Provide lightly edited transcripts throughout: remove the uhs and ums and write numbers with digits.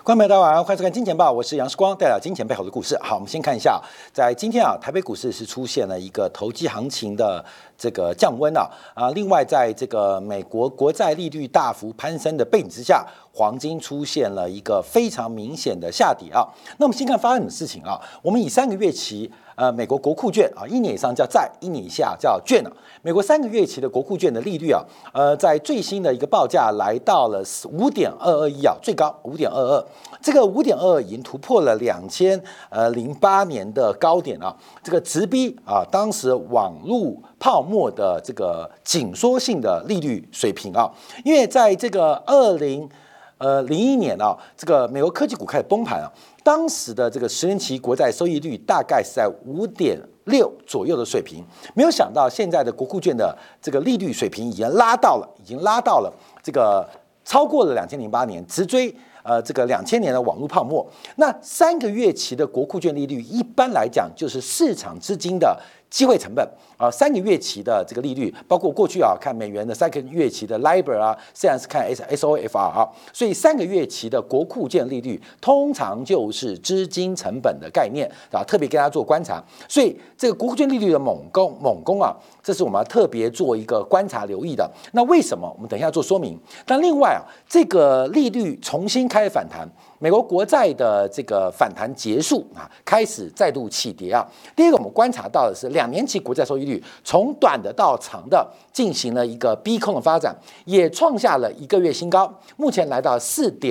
观众朋友大家晚上好，欢迎收看《金钱报》，我是杨世光，带来金钱背后的故事。好，我们先看一下，在今天台北股市是出现了一个投机行情的这个降温另外在这个美国国债利率大幅攀升的背景之下，黄金出现了一个非常明显的下跌那我们先看发生什么事情我们以3个月期美国国库券1年以上叫债，1年以下叫券美国3个月期的国库券的利率在最新的一个报价来到了5.221最高5.22，这个5.22已经突破了2008年的高点这个直逼当时网络泡沫的这个紧缩性的利率水平因为在这个2001年这个美国科技股开始崩盘当时的这个10年期国债收益率大概是在5.6左右的水平，没有想到现在的国库券的这个利率水平已经拉到了这个超过了2008年，直追这个2000年的网络泡沫。那3个月期的国库券利率一般来讲就是市场资金的机会成本3个月期的这个利率，包括过去看美元的3个月期的 LIBOR现在是看 SOFR 所以3个月期的国库券利率通常就是资金成本的概念特别跟大家做观察。所以这个国库券利率的猛攻这是我们要特别做一个观察留意的。那为什么？我们等一下做说明。但另外这个利率重新开始反弹，美国国债的这个反弹结束开始再度起跌第一个我们观察到的是2年期国债收益率从短的到长的进行了一个逼空的发展，也创下了1个月新高，目前来到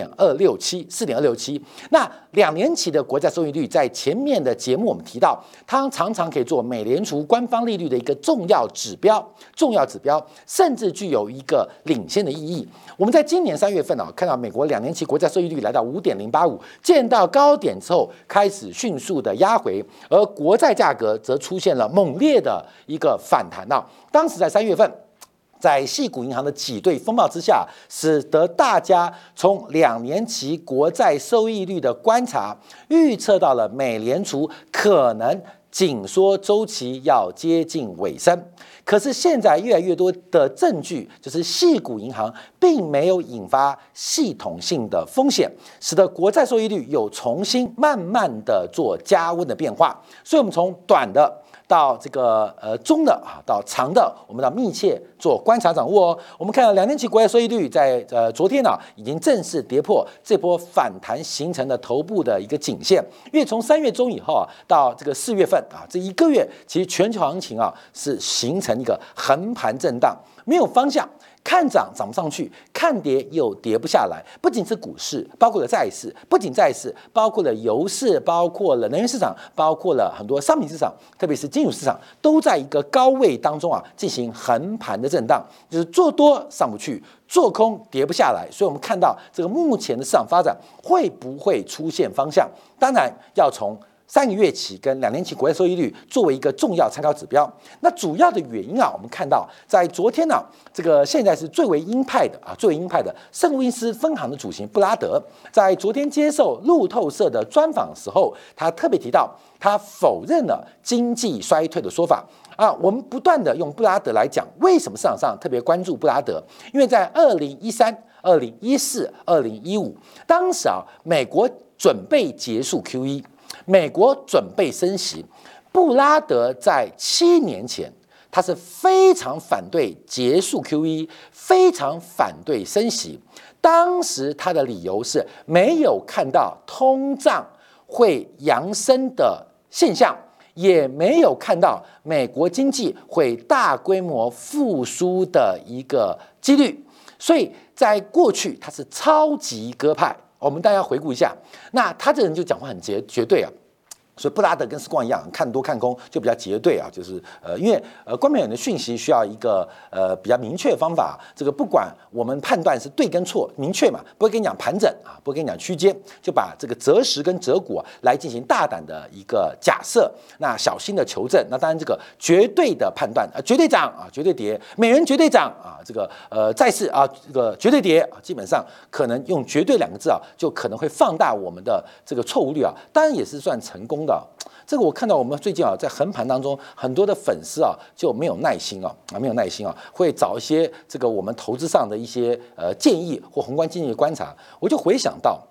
4.267。那2年期的国债收益率在前面的节目我们提到，它常常可以做美联储官方利率的一个重要指标，甚至具有一个领先的意义。我们在今年3月份看到美国2年期国债收益率来到5.085，见到高点之后开始迅速的压回，而国债价格则出现了猛烈的一个反弹当时在3月份，在矽谷银行的挤兑风暴之下，使得大家从2年期国债收益率的观察预测到了美联储可能紧缩周期要接近尾声。可是现在越来越多的证据就是矽谷银行并没有引发系统性的风险，使得国债收益率有重新慢慢的做加温的变化。所以我们从短的到这个中的到长的，我们要密切做观察掌握我们看到2年期国债收益率在昨天已经正式跌破这波反弹形成的头部的一个颈线，因为从3月中以后到这个4月份这1个月，其实全球行情是形成一个横盘震荡，没有方向。看涨涨不上去，看跌又跌不下来。不仅是股市，包括了债市，包括了油市，包括了能源市场，包括了很多商品市场，特别是金融市场，都在一个高位当中进行横盘的震荡，就是做多上不去，做空跌不下来。所以我们看到这个目前的市场发展会不会出现方向，当然要从3个月期跟2年期国债收益率作为一个重要参考指标。那主要的原因我们看到在昨天这个现在是最为鹰派的圣路易斯分行的主席布拉德，在昨天接受路透社的专访的时候，他特别提到他否认了经济衰退的说法我们不断的用布拉德来讲，为什么市场上特别关注布拉德？因为在2013、2014、2015，当时美国准备结束 QE，美国准备升息，布拉德在7年前，他是非常反对结束 QE， 非常反对升息。当时他的理由是没有看到通胀会扬升的现象，也没有看到美国经济会大规模复苏的一个几率，所以在过去他是超级鸽派。我们大家回顾一下，那他这人就讲话很绝对所以布拉德跟斯光一样，看多看空就比较绝对就是因为官媒人的讯息需要一个比较明确的方法，这个不管我们判断是对跟错，明确嘛，不会跟你讲盘整不会跟你讲区间，就把这个择时跟择股来进行大胆的一个假设，那小心的求证。那当然这个绝对的判断绝对涨绝对跌，美元绝对涨这个债市这个绝对跌基本上可能用绝对2个字就可能会放大我们的这个错误率当然也是算成功的。这个我看到我们最近在横盘当中，很多的粉丝就没有耐心会找一些这个我们投资上的一些建议或宏观经济的观察。我就回想到，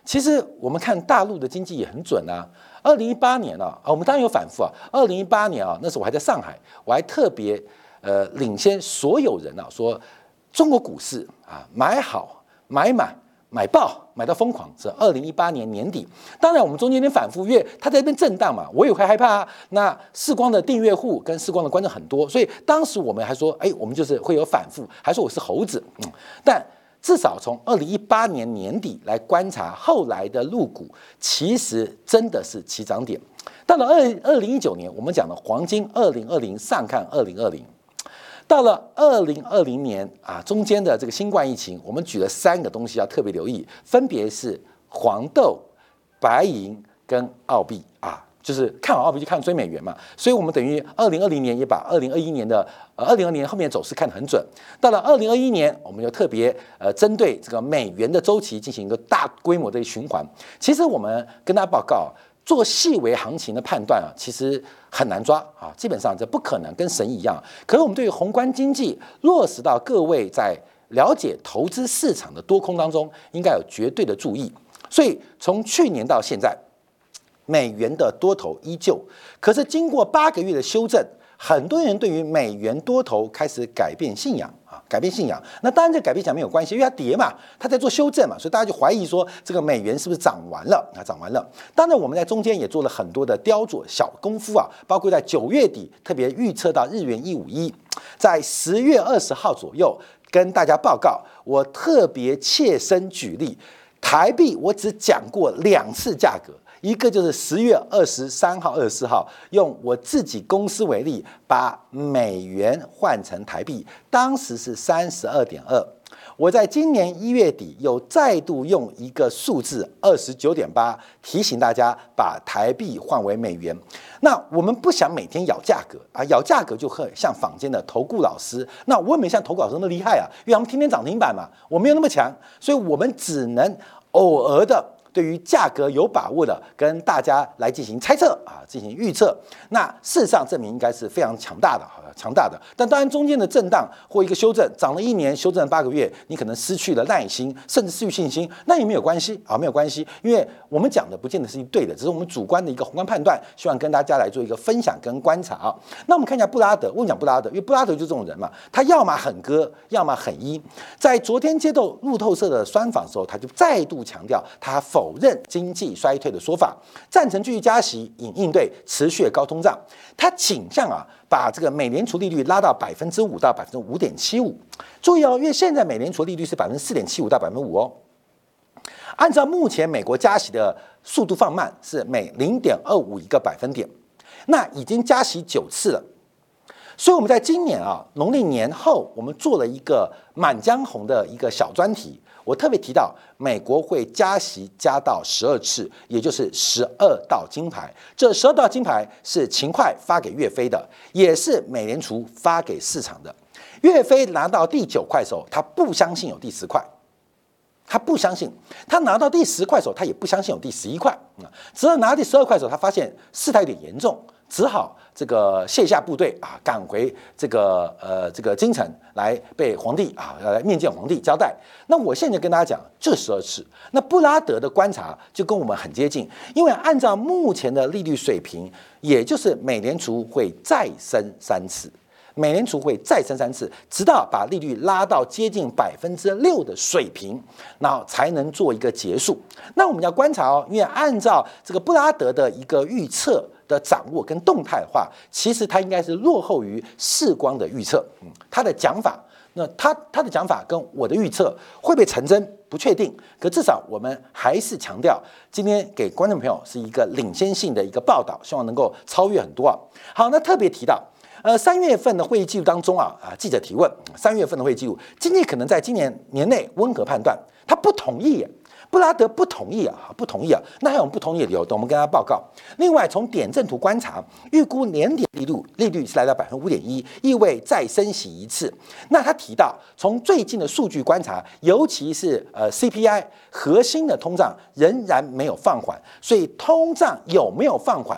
其实我们看大陆的经济也很准啊。2018年我们当然有反复啊。2018年那时候我还在上海，我还特别领先所有人说中国股市买好买满买爆买到疯狂，是2018年年底。当然我们中间有点反复，因为它在那边震荡嘛，我也会害怕啊。那视光的订阅户跟视光的观众很多，所以当时我们还说，我们就是会有反复，还说我是猴子。但至少从2018年年底来观察，后来的陆股其实真的是起涨点。到了2019年，我们讲的黄金2020上看2020。到了2020年中间的这个新冠疫情，我们举了3个东西要特别留意，分别是黄豆、白银跟澳币就是看好澳币就看追美元嘛，所以我们等于2020年也把2021年的2020年后面的走势看得很准。到了2021年，我们就特别针对这个美元的周期进行一个大规模的循环。其实我们跟大家报告，做细微行情的判断其实很难抓基本上这不可能，跟神一样。可是我们对于宏观经济落实到各位在了解投资市场的多空当中，应该有绝对的注意。所以从去年到现在，美元的多头依旧，可是经过8个月的修正，很多人对于美元多头开始改变信仰改变信仰。那当然这改变信仰没有关系，因为它跌嘛，它在做修正嘛，所以大家就怀疑说这个美元是不是涨完了涨完了。当然我们在中间也做了很多的雕琢小功夫包括在9月底特别预测到日元151，在10月20号左右跟大家报告，我特别切身举例，台币我只讲过2次价格。一个就是10月23号、24号，用我自己公司为例，把美元换成台币，当时是32.2。我在今年1月底又再度用一个数字29.8提醒大家把台币换为美元。那我们不想每天咬价格咬价格就很像坊间的投顾老师。那我也没像投顾老师那么厉害因为他们天天涨停板嘛，我没有那么强，所以我们只能偶尔的对于价格有把握的，跟大家来进行猜测进行预测。那事实上证明应该是非常强大的。但当然中间的震荡或一个修正，涨了1年，修正了8个月，你可能失去了耐心，甚至失去信心，那也没有关系没有关系，因为我们讲的不见得是对的，只是我们主观的一个宏观判断，希望跟大家来做一个分享跟观察那我们看一下布拉德，为什么讲布拉德？因为布拉德就是这种人嘛，他要么很鸽，要么很鹰。在昨天接受路透社的专访的时候，他就再度强调，他否认经济衰退的说法，赞成继续加息以应对持续的高通胀。他倾向把这个美联储利率拉到5%到5.75%。注意因为现在美联储利率是4.75%到5%按照目前美国加息的速度放慢是每0.25一个百分点，那已经加息9次了。所以我们在今年农历年后，我们做了一个满江红的一个小专题。我特别提到，美国会加息加到12次，也就是12道金牌。这12道金牌是秦桧发给岳飞的，也是美联储发给市场的。岳飞拿到第9块的时候，他不相信有第10块，他不相信。他拿到第10块的时候，他也不相信有第11块。直到拿到第12块的时候，他发现事态有点严重，只好这个卸下部队赶回这个京城来被皇帝来面见皇帝交代。那我现在跟大家讲，这12次。那布拉德的观察就跟我们很接近，因为按照目前的利率水平，也就是美联储会再升3次。美联储会再升3次，直到把利率拉到接近6%的水平，然后才能做一个结束。那我们要观察因为按照这个布拉德的一个预测的掌握跟动态的话，其实它应该是落后于世光的预测。他的讲法，那他的讲法跟我的预测会不会成真不确定，可至少我们还是强调今天给观众朋友是一个领先性的一个报道，希望能够超越很多好，那特别提到。3月份的会议记录当中记者提问，3月份的会议记录，经济可能在今年年内温和判断，他不同意布拉德不同意不同意那还有不同意的理由，等我们跟他报告。另外，从点阵图观察，预估年底利率是来到5.1%，意味再升息1次。那他提到，从最近的数据观察，尤其是CPI 核心的通胀仍然没有放缓，所以通胀有没有放缓？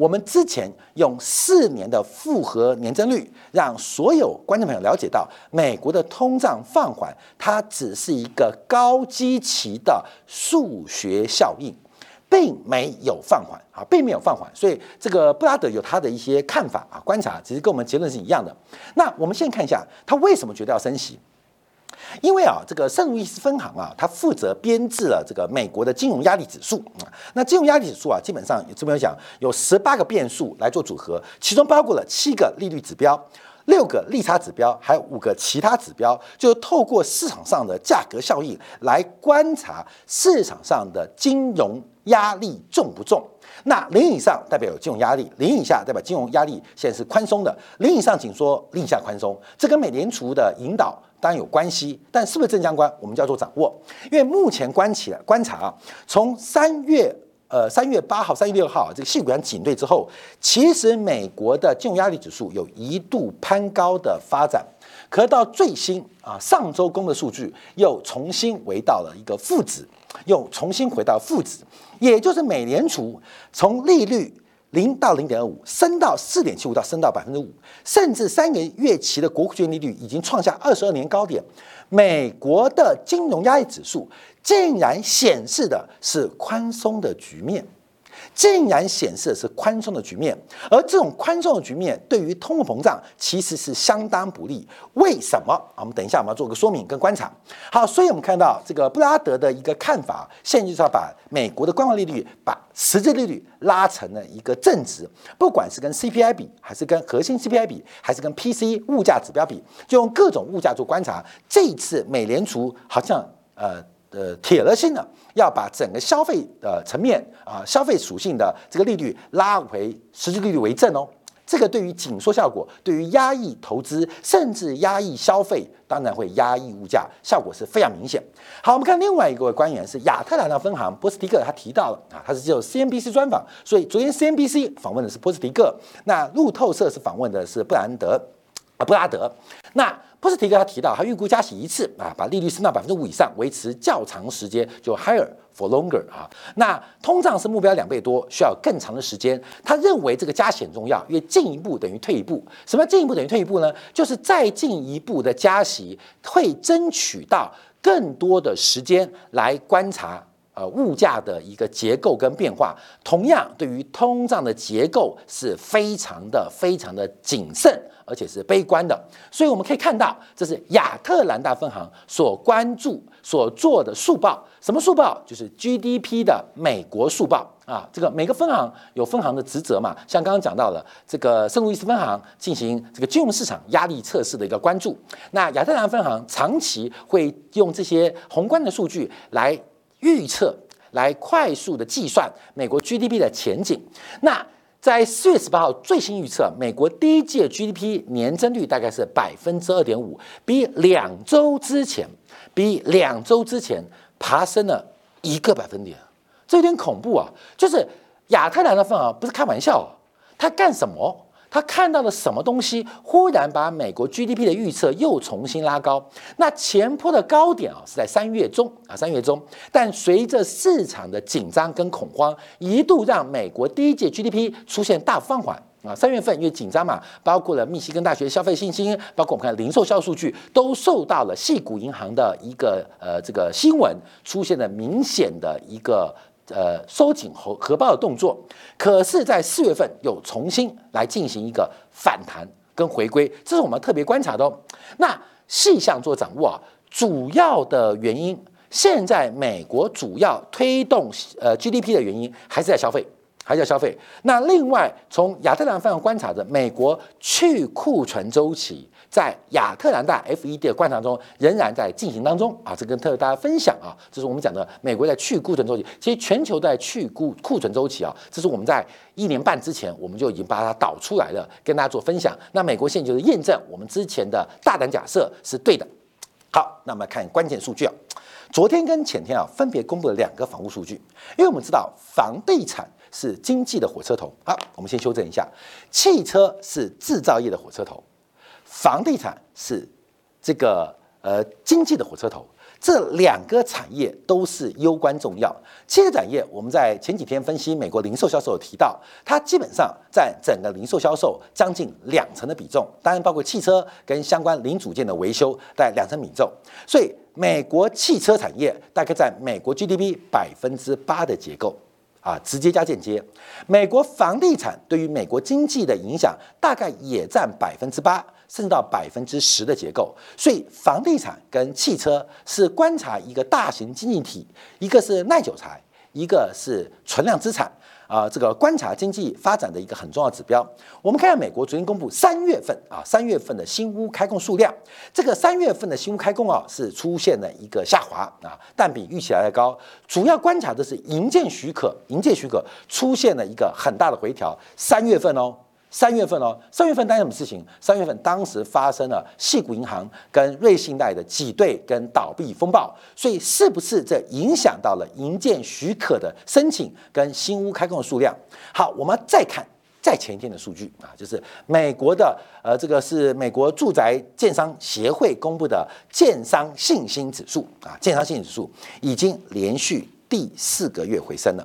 我们之前用4年的复合年增率，让所有观众朋友了解到，美国的通胀放缓，它只是一个高基期的数学效应。并没有放缓啊，并没有放缓，所以这个布拉德有他的一些看法啊，观察其实跟我们结论是一样的。那我们先看一下他为什么觉得要升息，因为这个圣路易斯分行它负责编制了这个美国的金融压力指数啊。那金融压力指数基本上这边讲有18个变数来做组合，其中包括了7个利率指标。6个利差指标，还有5个其他指标，就透过市场上的价格效应来观察市场上的金融压力重不重。那0以上代表有金融压力，0以下代表金融压力现在是宽松的，0以上紧缩，0以下宽松。这跟美联储的引导当然有关系，但是不是正相关，我们就要做掌握。因为目前观察从3月8号、3月6号这个矽谷洋警队之后，其实美国的金融压力指数有一度攀高的发展，可是到最新上周公的数据又重新回到了一个负值，也就是美联储从利率0到0.25升到4.75到升到5%，甚至3个月期的国库券利率已经创下22年高点。美国的金融压力指数竟然显示的是宽松的局面，而这种宽松的局面对于通货膨胀其实是相当不利。为什么？我们等一下我们要做个说明跟观察。好，所以我们看到这个布拉德的一个看法，现在就是要把美国的官方利率、把实质利率拉成了一个正值，不管是跟 CPI 比，还是跟核心 CPI 比，还是跟 PCE 物价指标比，就用各种物价做观察。这一次美联储好像铁了心了，要把整个消费层面消费属性的这个利率拉回实质利率为正哦。这个对于紧缩效果，对于压抑投资，甚至压抑消费，当然会压抑物价，效果是非常明显。好，我们看另外一个官员是亚特兰大分行波斯蒂克，他提到了他是接受 CNBC 专访，所以昨天 CNBC 访问的是波斯蒂克，那路透社是访问的是布拉德。那波斯蒂克他提到，他预估加息1次把利率升到5%以上，维持较长时间，就 higher for longer 那通胀是目标2倍多，需要更长的时间。他认为这个加息很重要，因为进一步等于退一步。什么进一步等于退一步呢？就是再进一步的加息会争取到更多的时间来观察物价的一个结构跟变化。同样，对于通胀的结构是非常的谨慎，而且是悲观的。所以我们可以看到，这是亚特兰大分行所关注、所做的速报。什么速报？就是 GDP 的美国速报这个每个分行有分行的职责嘛，像刚刚讲到了这个圣路易斯分行进行这个金融市场压力测试的一个关注。那亚特兰大分行长期会用这些宏观的数据来预测，来快速的计算美国 GDP 的前景。那在4月18号最新预测，美国第一季 GDP 年增率大概是2.5%，比2周之前爬升了1个百分点，这有点恐怖啊！就是亚特兰大分行不是开玩笑他干什么？他看到了什么东西，忽然把美国 GDP 的预测又重新拉高。那前波的高点是在3月中，但随着市场的紧张跟恐慌，一度让美国第一季 GDP 出现大幅放缓。3月份因为紧张嘛，包括了密西根大学消费信心，包括我们看零售销数据，都受到了矽谷银行的一个这个新闻出现了明显的一个收紧荷包的动作。可是，在4月份又重新来进行一个反弹跟回归，这是我们特别观察的哦。那细项做掌握主要的原因，现在美国主要推动GDP 的原因还是在消费。那另外，从亚特兰大分行观察的美国去库存周期，在亚特兰大 FED 的观察中仍然在进行当中这跟大家分享这是我们讲的美国在去库存周期。其实全球在去库存周期这是我们在1年半之前我们就已经把它导出来了，跟大家做分享。那美国现在就是验证我们之前的大胆假设是对的。好，那我们来看关键数据昨天跟前天分别公布了2个房屋数据，因为我们知道房地产是经济的火车头。好，我们先修正一下，汽车是制造业的火车头，房地产是这个经济的火车头。 这两个产业都是攸关重要。汽车产业，我们在前几天分析美国零售销售有提到，它基本上占整个零售销售将近2成的比重，当然包括汽车跟相关零组件的维修，大概2成比重。所以美国汽车产业大概占美国 GDP 8%的结构。直接加间接，美国房地产对于美国经济的影响大概也占8%，甚至到10%的结构。所以房地产跟汽车是观察一个大型经济体，一个是耐久材，一个是存量资产。这个观察经济发展的一个很重要的指标。我们看看美国昨天公布3月份的新屋开工数量，这个3月份的新屋开工是出现了一个下滑但比预期来的高。主要观察的是营建许可出现了一个很大的回调。3月份当什么事情？3月份当时发生了矽谷银行跟瑞信贷的挤兑跟倒闭风暴，所以是不是这影响到了营建许可的申请跟新屋开工的数量？好，我们再看前一天的数据就是美国的这个是美国住宅建商协会公布的建商信心指数建商信心指数已经连续第4个月回升了。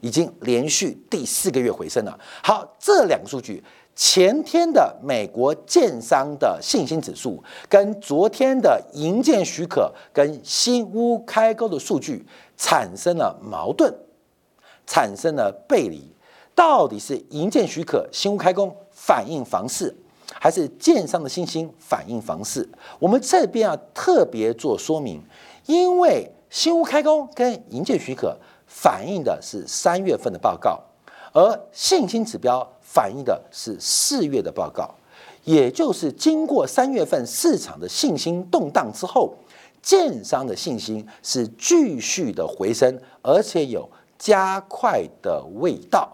好，这两个数据，前天的美国建商的信心指数跟昨天的营建许可跟新屋开工的数据产生了矛盾，产生了背离。到底是营建许可、新屋开工反映房市，还是建商的信心反映房市？我们这边要特别做说明，因为新屋开工跟营建许可反映的是3月份的报告，而信心指标反映的是4月的报告，也就是经过3月份市场的信心动荡之后，建商的信心是继续的回升，而且有加快的味道。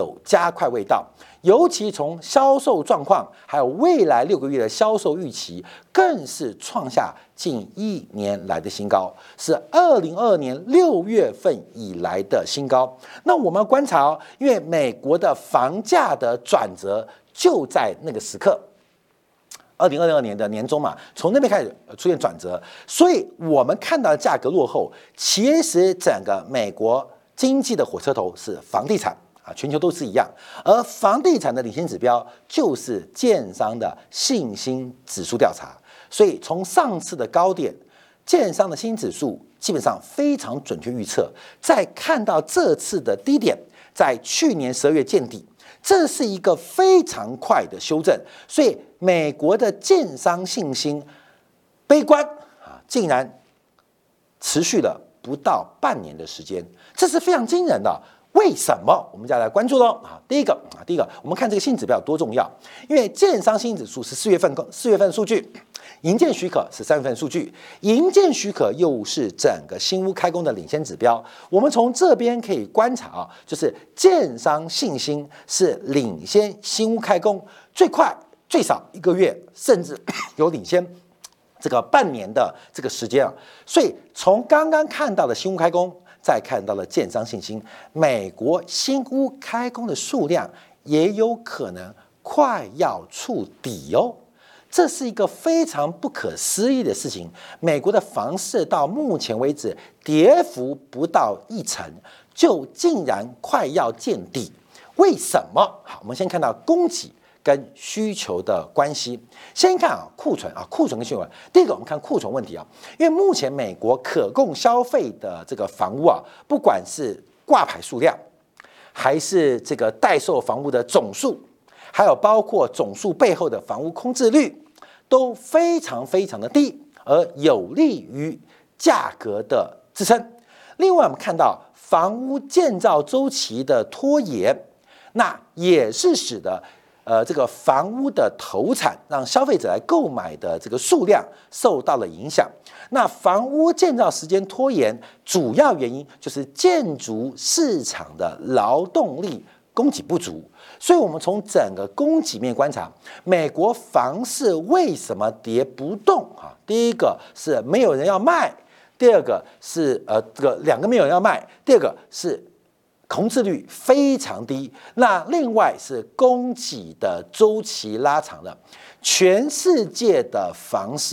尤其从销售状况，还有未来6个月的销售预期，更是创下近1年来的新高，是2022年6月份以来的新高。那我们要观察因为美国的房价的转折就在那个时刻。2022年的年中嘛，从那边开始出现转折，所以我们看到的价格落后，其实整个美国经济的火车头是房地产。全球都是一样，而房地产的领先指标就是建商的信心指数调查。所以从上次的高点，建商的信心指数基本上非常准确预测。再看到这次的低点，在去年12月见底，这是一个非常快的修正。所以美国的建商信心悲观竟然持续了不到半年的时间，这是非常惊人的。为什么？我们就要来关注喽。第一个，我们看这个信心指标有多重要。因为建商信心指数是4月份数据，营建许可是3月份数据，营建许可又是整个新屋开工的领先指标。我们从这边可以观察就是建商信心是领先新屋开工最快最少1个月，甚至有领先这个半年的这个时间所以从刚刚看到的新屋开工，再看到了建商信心，美国新屋开工的数量也有可能快要触底这是一个非常不可思议的事情。美国的房市到目前为止跌幅不到1%，就竟然快要见底。为什么？好，我们先看到供给跟需求的关系。先看库存跟需求。第一个，我们看库存问题因为目前美国可供消费的这个房屋不管是挂牌数量，还是这个待售房屋的总数，还有包括总数背后的房屋空置率，都非常的低，而有利于价格的支撑。另外，我们看到房屋建造周期的拖延，那也是使得这个房屋的投产，让消费者来购买的这个数量受到了影响。那房屋建造时间拖延，主要原因就是建筑市场的劳动力供给不足。所以，我们从整个供给面观察，美国房市为什么跌不动第一个是没有人要卖，第二个是两个没有人要卖，第二个是空置率非常低，那另外是供给的周期拉长了。全世界的房市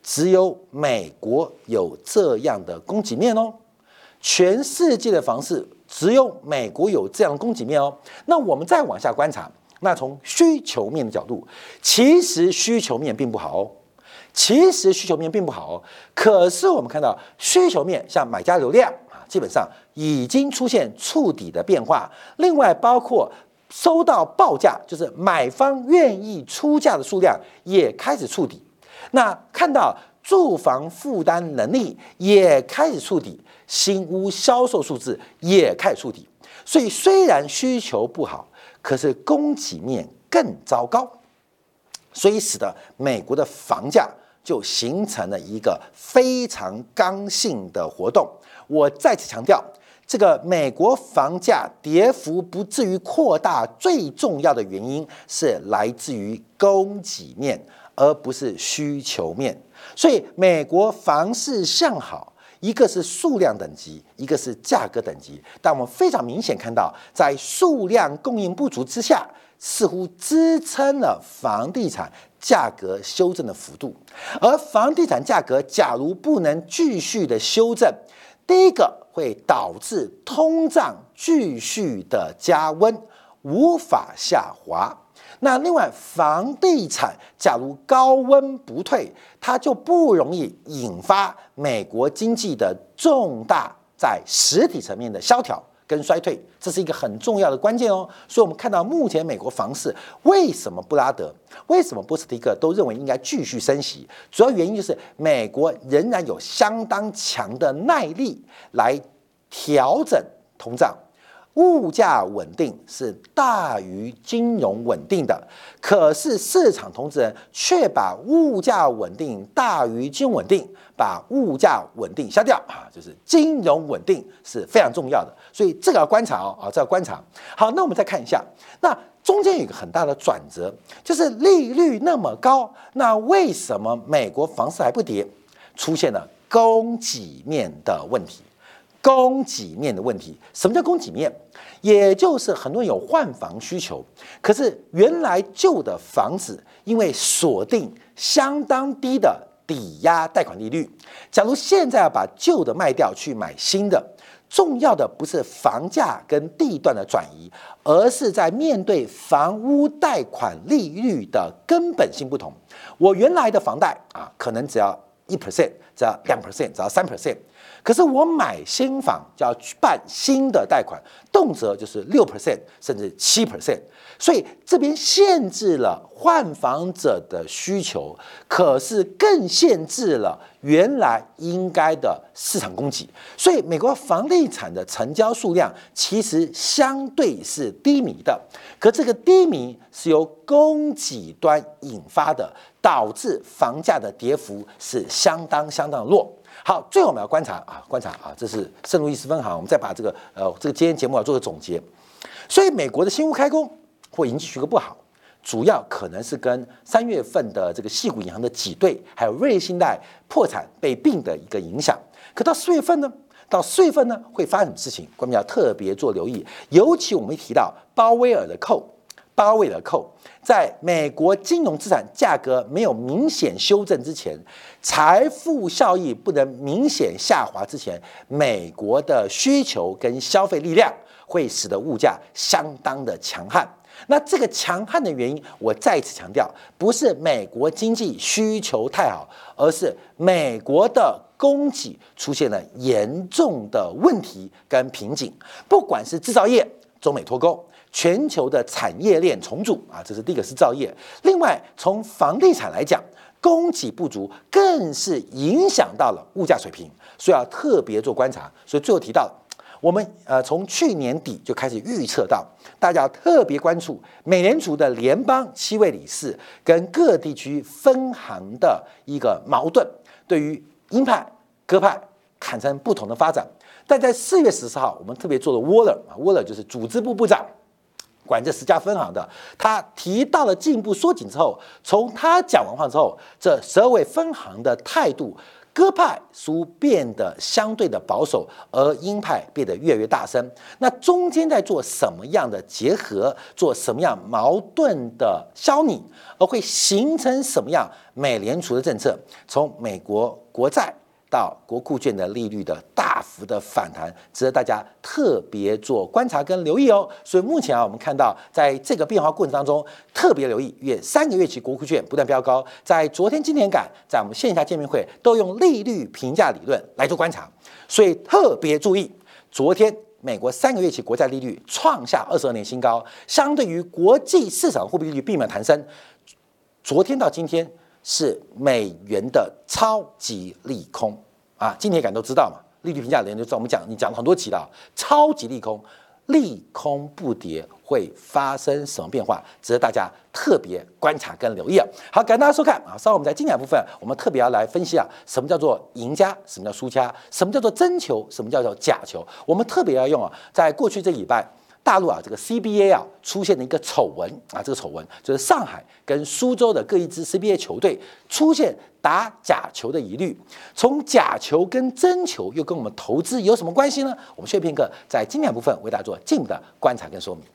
只有美国有这样的供给面哦，全世界的房市只有美国有这样的供给面哦。那我们再往下观察，那从需求面的角度，其实需求面并不好哦。可是我们看到需求面，像买家流量啊，基本上已经出现触底的变化。另外，包括收到报价，就是买方愿意出价的数量也开始触底。那看到住房负担能力也开始触底，新屋销售数字也开始触底。所以虽然需求不好，可是供给面更糟糕，所以使得美国的房价就形成了一个非常刚性的活动。我再次强调，这个美国房价跌幅不至于扩大，最重要的原因是来自于供给面，而不是需求面。所以美国房市向好，一个是数量等级，一个是价格等级。但我们非常明显看到，在数量供应不足之下，似乎支撑了房地产价格修正的幅度。而房地产价格假如不能继续的修正，第一个会导致通胀继续的加温，无法下滑。那另外，房地产假如高温不退，它就不容易引发美国经济的重大在实体层面的萧条跟衰退，这是一个很重要的关键哦。所以我们看到目前美国房市为什么布拉德、为什么波斯蒂克都认为应该继续升息，主要原因就是美国仍然有相当强的耐力来调整通胀。物价稳定是大于金融稳定的，可是市场投资人却把物价稳定大于金融稳定，把物价稳定消掉啊，就是金融稳定是非常重要的，所以这个要观察哦，这要观察。好，那我们再看一下，那中间有一个很大的转折，就是利率那么高，那为什么美国房市还不跌？出现了供给面的问题。供给面的问题，什么叫供给面？也就是很多人有换房需求，可是原来旧的房子因为锁定相当低的抵押贷款利率，假如现在要把旧的卖掉去买新的，重要的不是房价跟地段的转移，而是在面对房屋贷款利率的根本性不同。我原来的房贷啊，可能只要1%，只要2%，只要3%。可是我买新房就要去办新的贷款，动辄就是6%甚至7%，所以这边限制了换房者的需求，可是更限制了原来应该的市场供给。所以美国房地产的成交数量其实相对是低迷的，可这个低迷是由供给端引发的，导致房价的跌幅是相当的弱。好，最后我们要观察啊，这是圣路易斯分行，我们再把这个今天节目要做个总结。所以美国的新屋开工会引起许个不好，主要可能是跟3月份的这个矽谷银行的挤兑，还有瑞士信贷破产被并的一个影响。可到4月份呢？会发生什么事情？我们要特别做留意，尤其我们提到鲍威尔的扣，在美国金融资产价格没有明显修正之前，财富效益不能明显下滑之前，美国的需求跟消费力量会使得物价相当的强悍。那这个强悍的原因，我再次强调，不是美国经济需求太好，而是美国的供给出现了严重的问题跟瓶颈，不管是制造业中美脱钩，全球的产业链重组啊，这是第一个是制造业。另外，从房地产来讲，供给不足更是影响到了物价水平，所以要特别做观察。所以最后提到，我们从去年底就开始预测到，大家要特别关注美联储的联邦7位理事跟各地区分行的一个矛盾，对于鹰派、鸽派产生不同的发展。但在4月14号，我们特别做了Waller 就是组织部部长，管这10家分行的，他提到了进一步缩紧之后，从他讲完话之后，这12位分行的态度鸽派似乎变得相对的保守，而鹰派变得越来越大声。那中间在做什么样的结合，做什么样矛盾的消弭，而会形成什么样美联储的政策？从美国国债到国库券的利率的大幅的反弹，值得大家特别做观察跟留意哦。所以目前我们看到在这个变化过程当中，特别留意约3个月期国库券不断飙高。在昨天、今天在我们线下见面会都用利率评价理论来做观察，所以特别注意，昨天美国3个月期国债利率创下22年新高，相对于国际市场货币利率并没有弹升。昨天到今天是美元的超级利空啊！今天感都知道嘛，利率评价人就知道，我们讲了很多集了，超级利空，利空不跌会发生什么变化，值得大家特别观察跟留意啊！好，感谢大家收看啊！稍后我们在精彩部分，我们特别要来分析什么叫做赢家，什么叫输家，什么叫做真球，什么叫做假球，我们特别要用在过去这礼拜。大陆这个 CBA 出现了一个丑闻这个丑闻就是上海跟苏州的各一支 CBA 球队出现打假球的疑虑。从假球跟真球又跟我们投资有什么关系呢？我们休片刻，在精彩部分为大家做进一步的观察跟说明。